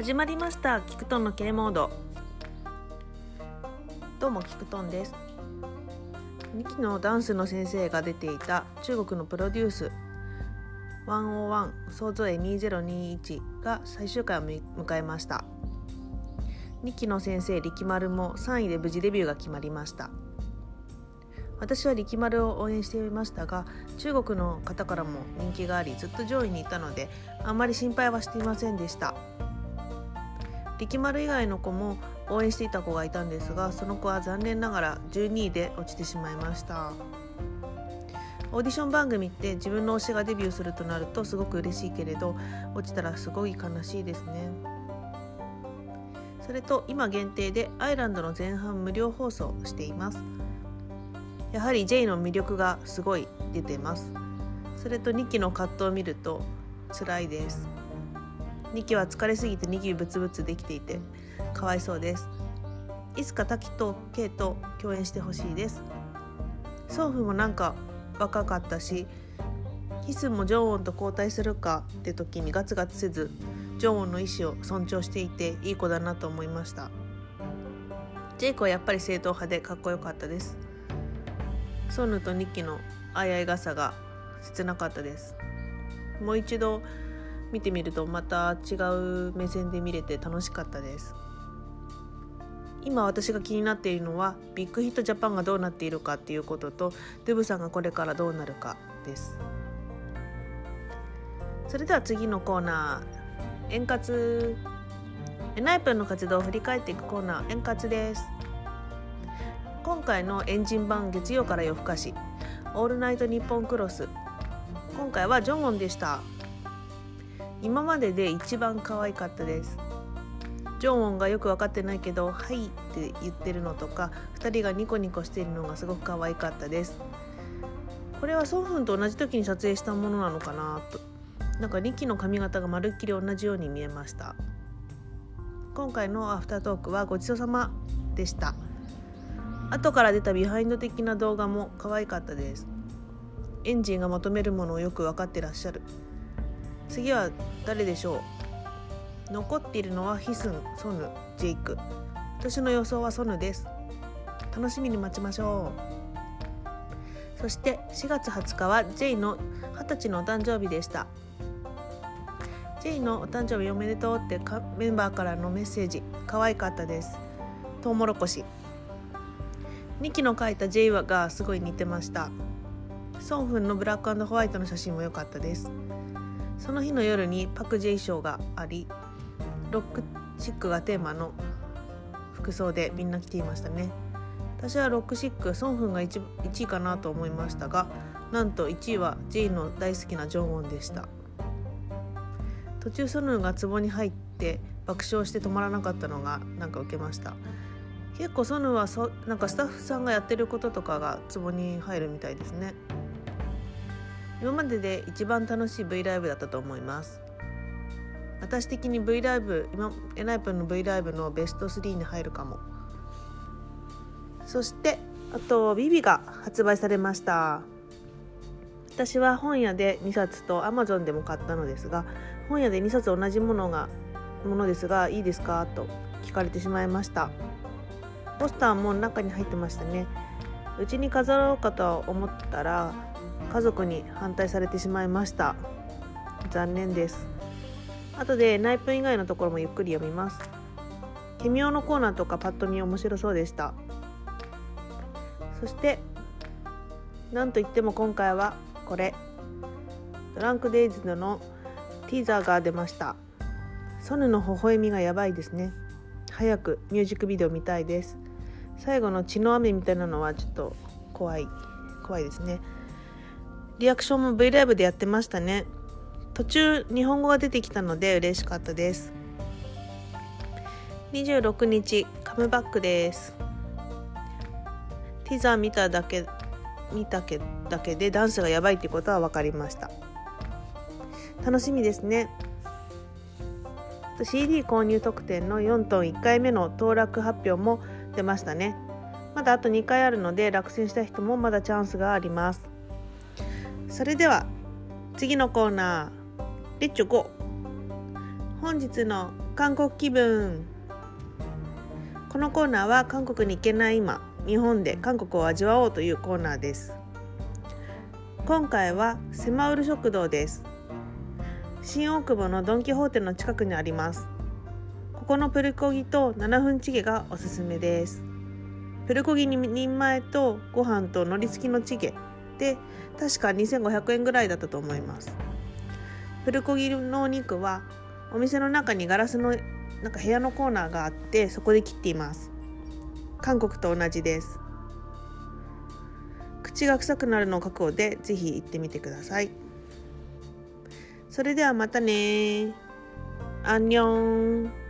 始まりました。キクトンの K モード。どうもキクトンです。2期のダンスの先生が出ていた中国のプロデュース101創造絵2021が最終回を迎えました。2期の先生力丸も3位で無事デビューが決まりました。私は力丸を応援していましたが、中国の方からも人気がありずっと上位にいたのであんまり心配はしていませんでした。力丸以外の子も応援していた子がいたんですが、その子は残念ながら12位で落ちてしまいました。オーディション番組って自分の推しがデビューするとなるとすごく嬉しいけれど、落ちたらすごい悲しいですね。それと今限定でアイランドの前半無料放送しています。やはり J の魅力がすごい出てます。それと2期の葛藤を見ると辛いです。2期は疲れすぎて2期ブツブツできていてかわいそうです。いつか滝とケイと共演してほしいです。ソンフもなんか若かったし、ヒスンもジョンウォンと交代するかって時にガツガツせずジョンウォンの意思を尊重していていい子だなと思いました。ジェイクはやっぱり正統派でかっこよかったです。ソヌと2期の相合い傘が切なかったです。もう一度見てみるとまた違う目線で見れて楽しかったです。今私が気になっているのはビッグヒットジャパンがどうなっているかっていうことと、ドゥブさんがこれからどうなるかです。それでは次のコーナー、円滑エナイプの活動を振り返っていくコーナー、円滑です。今回のエンジン版月曜から夜更かしオールナイトニッポンクロス、今回はジョンウォンでした。今までで一番可愛かったです。ジョンウォンがよく分かってないけどはいって言ってるのとか、2人がニコニコしているのがすごく可愛かったです。これはソンフンと同じ時に撮影したものなのかなと、なんか2期の髪型がまるっきり同じように見えました。今回のアフタートークはごちそうさまでした。後から出たビハインド的な動画も可愛かったです。エンジンが求めるものをよく分かってらっしゃる。次は誰でしょう。残っているのはヒスン、ソヌ、ジェイク。私の予想はソヌです。楽しみに待ちましょう。そして4月20日は J の20歳のお誕生日でした。 J のお誕生日おめでとうってメンバーからのメッセージ可愛かったです。トウモロコシ。2期の描いた J がすごい似てました。ソンフンのブラック&ホワイトの写真も良かったです。その日の夜にパク J ショーがあり、ロックシックがテーマの服装でみんな着ていましたね。私はロックシックソンフンが 1位かなと思いましたが、なんと1位は J の大好きなジョンウォンでした。途中ソヌが壺に入って爆笑して止まらなかったのがなんか受けました。結構ソヌはなんかスタッフさんがやってることとかが壺に入るみたいですね。今までで一番楽しい V ライブだったと思います。私的に V ライブ、エナイプの V ライブのベスト3に入るかも。そしてあとビビが発売されました。私は本屋で2冊と Amazon でも買ったのですが、本屋で2冊同じものですがいいですかと聞かれてしまいました。ポスターも中に入ってましたね。うちに飾ろうかと思ったら家族に反対されてしまいました。残念です。後でナイプ以外のところもゆっくり読みます。ケミオのコーナーとかパッと見面白そうでした。そしてなんといっても今回はこれ、ドランクデイズのティーザーが出ました。ソヌの微笑みがやばいですね。早くミュージックビデオ見たいです。最後の血の雨みたいなのはちょっと怖いですね。リアクションも V ライブでやってましたね。途中日本語が出てきたので嬉しかったです。26日カムバックです。ティザー見ただけでダンスがやばいってことは分かりました。楽しみですね。CD 購入特典の4トン1回目の当落発表も出ましたね。まだあと2回あるので落選した人もまだチャンスがあります。それでは次のコーナー、レッツゴー。本日の韓国気分。このコーナーは韓国に行けない今、日本で韓国を味わおうというコーナーです。今回はセマウル食堂です。新大久保のドンキホーテの近くにあります。ここのプルコギと7分チゲがおすすめです。プルコギ2人前とご飯と海苔付きのチゲで確か2500円ぐらいだったと思います。プルコギのお肉はお店の中にガラスの部屋のコーナーがあって、そこで切っています。韓国と同じです。口が臭くなるのを覚悟でぜひ行ってみてください。それではまたね。アンニョン。